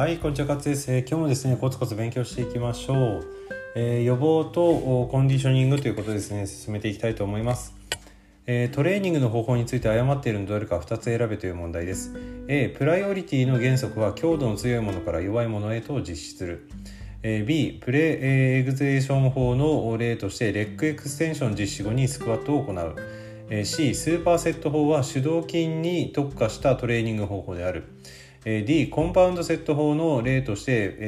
はい、こんにちは、勝です。今日もですね、コツコツ勉強していきましょう。予防とコンディショニングということでですね、進めていきたいと思います。トレーニングの方法について誤っているのどれか2つ選べという問題です。A、プライオリティの原則は強度の強いものから弱いものへと実施する。B、プレエグゼーション法の例としてレッグエクステンション実施後にスクワットを行う。C、スーパーセット法は主導筋に特化したトレーニング方法である。D、コンパウンドセット法の例として、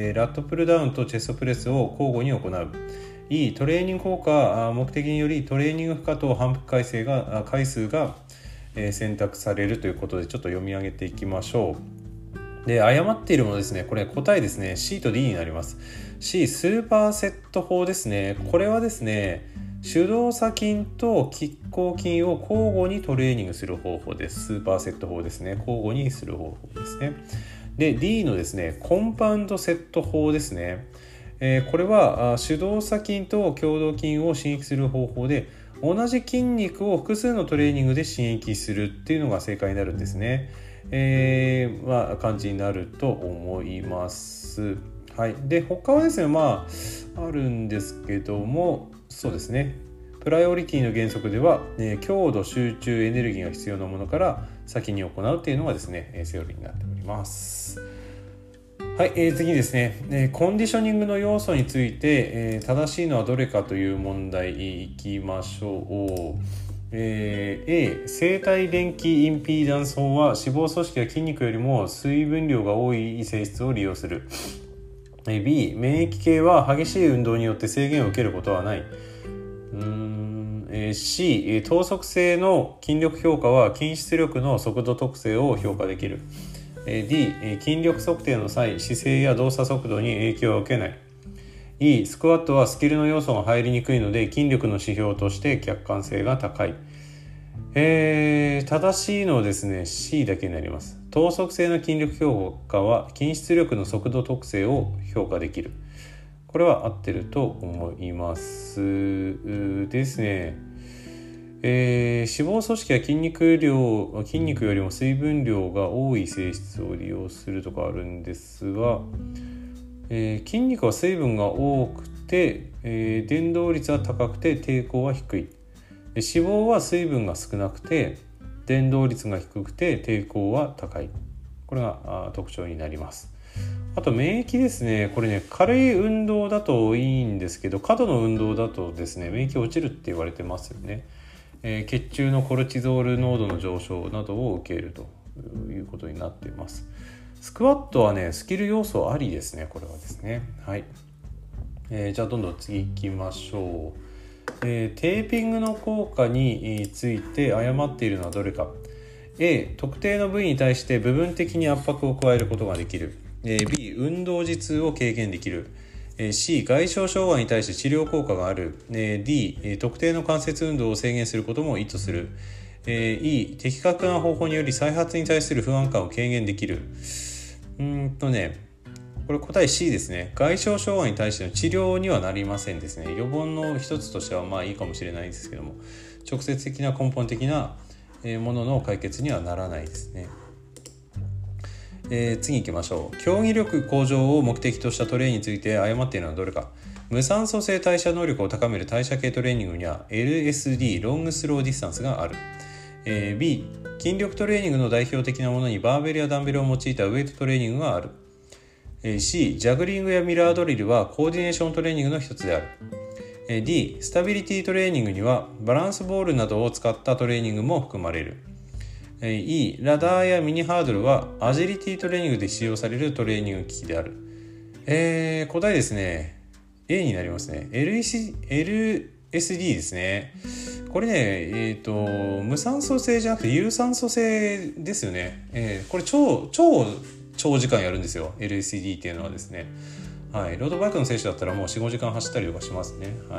ラットプルダウンとチェストプレスを交互に行う。E、トレーニング効果目的によりトレーニング負荷と反復回数が選択されるということで、ちょっと読み上げていきましょう。で、誤っているものですね、これ答えですね、 C と D になります。 C、スーパーセット法ですね。これはですね、手動作筋と拮抗筋を交互にトレーニングする方法です。スーパーセット法ですね。交互にする方法ですね。で、D のですね、コンパウンドセット法ですね。これは手動作筋と強動筋を刺激する方法で、同じ筋肉を複数のトレーニングで刺激するっていうのが正解になるんですね。感じになると思います。はい。で、他はですね、あるんですけども、そうですね、プライオリティの原則では、強度、集中、エネルギーが必要なものから先に行うというのがですね、セオリーになっております。はい、次ですね、コンディショニングの要素について、正しいのはどれかという問題いきましょう。A、生体電気インピーダンス法は脂肪組織や筋肉よりも水分量が多い性質を利用する。B、免疫系は激しい運動によって制限を受けることはない。C、等速性の筋力評価は筋出力の速度特性を評価できる。D、筋力測定の際、姿勢や動作速度に影響を受けない。E、スクワットはスキルの要素が入りにくいので筋力の指標として客観性が高い。正しいのはですね、 C だけになります。等速性の筋力評価は筋出力の速度特性を評価できる。これは合ってると思いますですね。脂肪組織は筋肉よりも水分量が多い性質を利用するとかあるんですが、筋肉は水分が多くて、伝導率は高くて抵抗は低い。脂肪は水分が少なくて伝導率が低くて抵抗は高い。これが特徴になります。あと免疫ですね。これね、軽い運動だといいんですけど、過度の運動だとですね、免疫落ちるって言われてますよね。血中のコルチゾール濃度の上昇などを受けるということになっています。スクワットはね、スキル要素ありですね、これはですね。はい。じゃあどんどん次行きましょう。テーピングの効果について誤っているのはどれか。A、特定の部位に対して部分的に圧迫を加えることができる。B、運動時痛を軽減できる。C、外傷障害に対して治療効果がある。D、特定の関節運動を制限することも意図する。E、的確な方法により再発に対する不安感を軽減できる。これ答え C ですね。外傷障害に対しての治療にはなりませんですね。予防の一つとしてはいいかもしれないですけども、直接的な根本的なものの解決にはならないですね。次行きましょう。競技力向上を目的としたトレーニングについて誤っているのはどれか。無酸素性代謝能力を高める代謝系トレーニングには LSD ロングスローディスタンスがある。B、筋力トレーニングの代表的なものにバーベルやダンベルを用いたウェイトトレーニングがある。C、ジャグリングやミラードリルはコーディネーショントレーニングの一つである。D、スタビリティトレーニングにはバランスボールなどを使ったトレーニングも含まれる。E、ラダーやミニハードルはアジリティトレーニングで使用されるトレーニング機器である。答えですね、 A になりますね。 LSD ですね。これね、無酸素性じゃなくて有酸素性ですよね。これ超長時間やるんですよ、 LSD っていうのはですね。はい、ロードバイクの選手だったらもう 4,5 時間走ったりとかしますね。はい。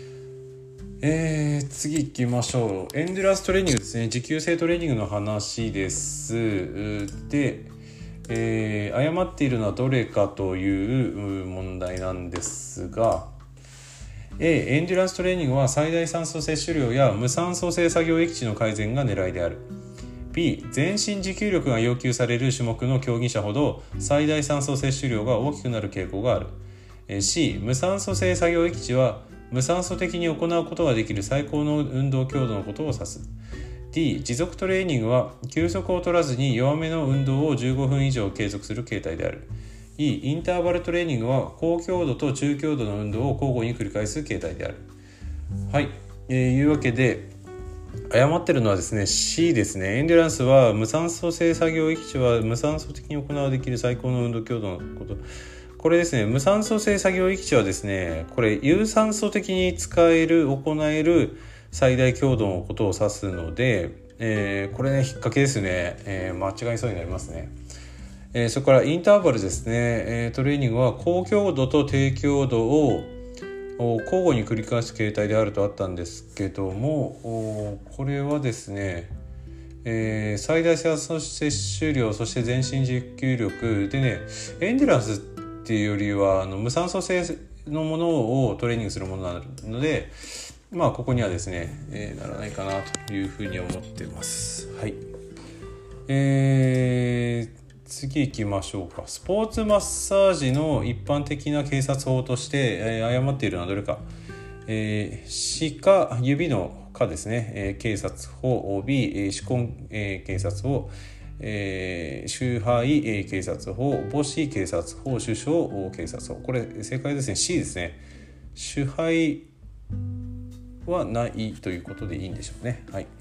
次行きましょう。エンデュランストレーニングですね。持久性トレーニングの話です。で、誤っているのはどれかという問題なんですが、A、エンデュランストレーニングは最大酸素摂取量や無酸素性作業域値の改善が狙いである。 B、全身持久力が要求される種目の競技者ほど最大酸素摂取量が大きくなる傾向がある。C、無酸素性作業域値は無酸素的に行うことができる最高の運動強度のことを指す。D、持続トレーニングは休息を取らずに弱めの運動を15分以上継続する形態である。E、インターバルトレーニングは高強度と中強度の運動を交互に繰り返す形態である。はい、いうわけで誤ってるのはですね C ですね。エンデュランスは無酸素性作業域値は無酸素的に行うできる最高の運動強度のこと。これですね、無酸素性作業域値はですね、これ有酸素的に使える行える最大強度のことを指すので、これね引っ掛けですね、間違いそうになりますね。それからインターバルですね、トレーニングは高強度と低強度を交互に繰り返す形態であるとあったんですけども、これはですね、最大酸素摂取量そして全身持久力でね、エンデュランスっていうよりは無酸素性のものをトレーニングするものなので、ここにはですね、ならないかなというふうに思っています。はい、次行きましょうか。スポーツマッサージの一般的な警察法として、誤っているのはどれか。Cか指のかですね、警察法。B、手根、警察法。手配、警察法。母子警察法。首相警察法。これ正解ですね。C ですね。手配はないということでいいんでしょうね。はい。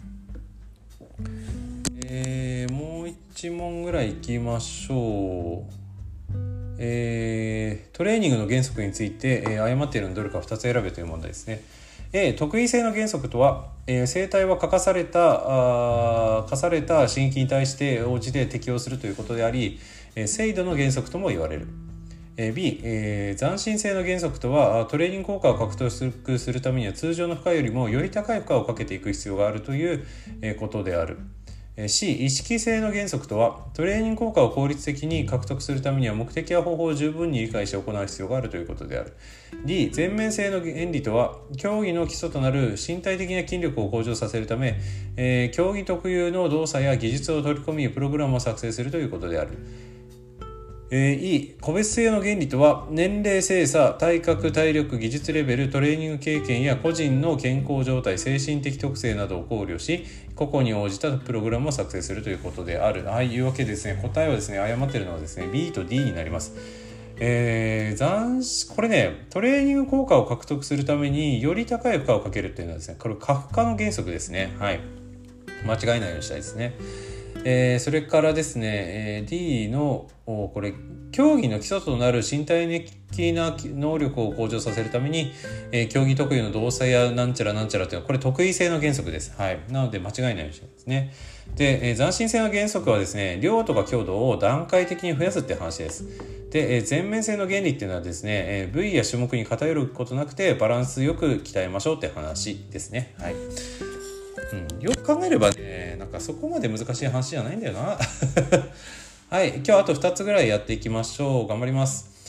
もう1問ぐらいいきましょう。トレーニングの原則について、誤っているのどれか2つ選べという問題ですね。特異性の原則とは、生体は課された刺激に対して応じて適応するということであり、精度の原則とも言われる。B、斬新性の原則とはトレーニング効果を獲得するためには通常の負荷よりもより高い負荷をかけていく必要があるということである。C、意識性の原則とはトレーニング効果を効率的に獲得するためには目的や方法を十分に理解して行う必要があるということである。D、全面性の原理とは競技の基礎となる身体的な筋力を向上させるため、競技特有の動作や技術を取り込みプログラムを作成するということである。E、個別性の原理とは年齢、性差、体格、体力、技術レベル、トレーニング経験や個人の健康状態、精神的特性などを考慮し個々に応じたプログラムを作成するということである。はい、いうわけでですね、答えはですね、誤っているのはですね B と D になります。これね、トレーニング効果を獲得するためにより高い負荷をかけるっていうのはですね、これ過負荷の原則ですね。はい、間違えないようにしたいですね。それからですね、D のこれ競技の基礎となる身体的な能力を向上させるために、競技特有の動作やなんちゃらなんちゃらというのはこれ特異性の原則です。はい、なので間違えないようにしてですね。で、斬新性の原則はですね、量とか強度を段階的に増やすって話です。で、全面性の原理っていうのはですね、部位や種目に偏ることなくてバランスよく鍛えましょうって話ですね。はい。よく考えればね、なんかそこまで難しい話じゃないんだよなはい、今日あと2つぐらいやっていきましょう。頑張ります。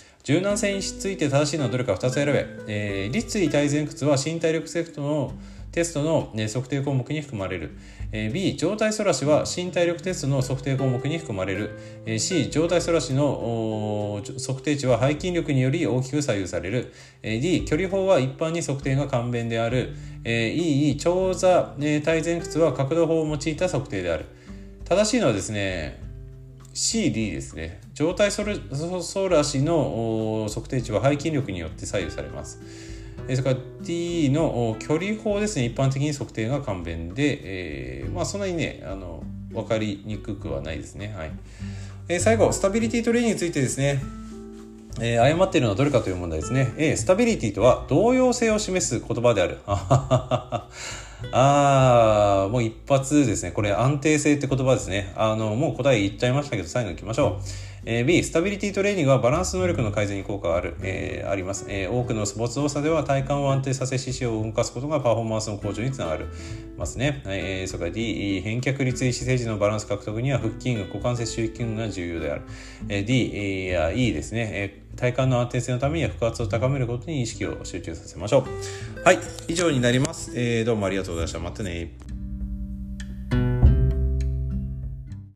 柔軟性について正しいのはどれか2つ選べ。立位体前屈は身体力テストの測定項目に含まれる。B、上体反らしは身体力テストの測定項目に含まれる。C、上体反らしの測定値は背筋力により大きく左右される。D、距離法は一般に測定が簡便である。E、長座体前屈は角度法を用いた測定である。正しいのはですねCD ですね。上体反らしの測定値は背筋力によって左右されます。それから D の距離法ですね。一般的に測定が簡便で、そんなにね分かりにくくはないですね。はい。最後スタビリティトレーニングについてですね、誤っているのはどれかという問題ですね。スタビリティとは動揺性を示す言葉である。もう一発ですね。これ安定性って言葉ですね。もう答え言っちゃいましたけど最後に行きましょう。B、スタビリティトレーニングはバランス能力の改善に効果があります。多くのスポーツ動作では体幹を安定させ四肢を動かすことがパフォーマンスの向上につながりますね。それから D、返却立位姿勢時のバランス獲得には腹筋群、股関節周囲筋群が重要である。D、E ですね。体幹の安定性のためには腹圧を高めることに意識を集中させましょう。はい、以上になります。どうもありがとうございました。またね。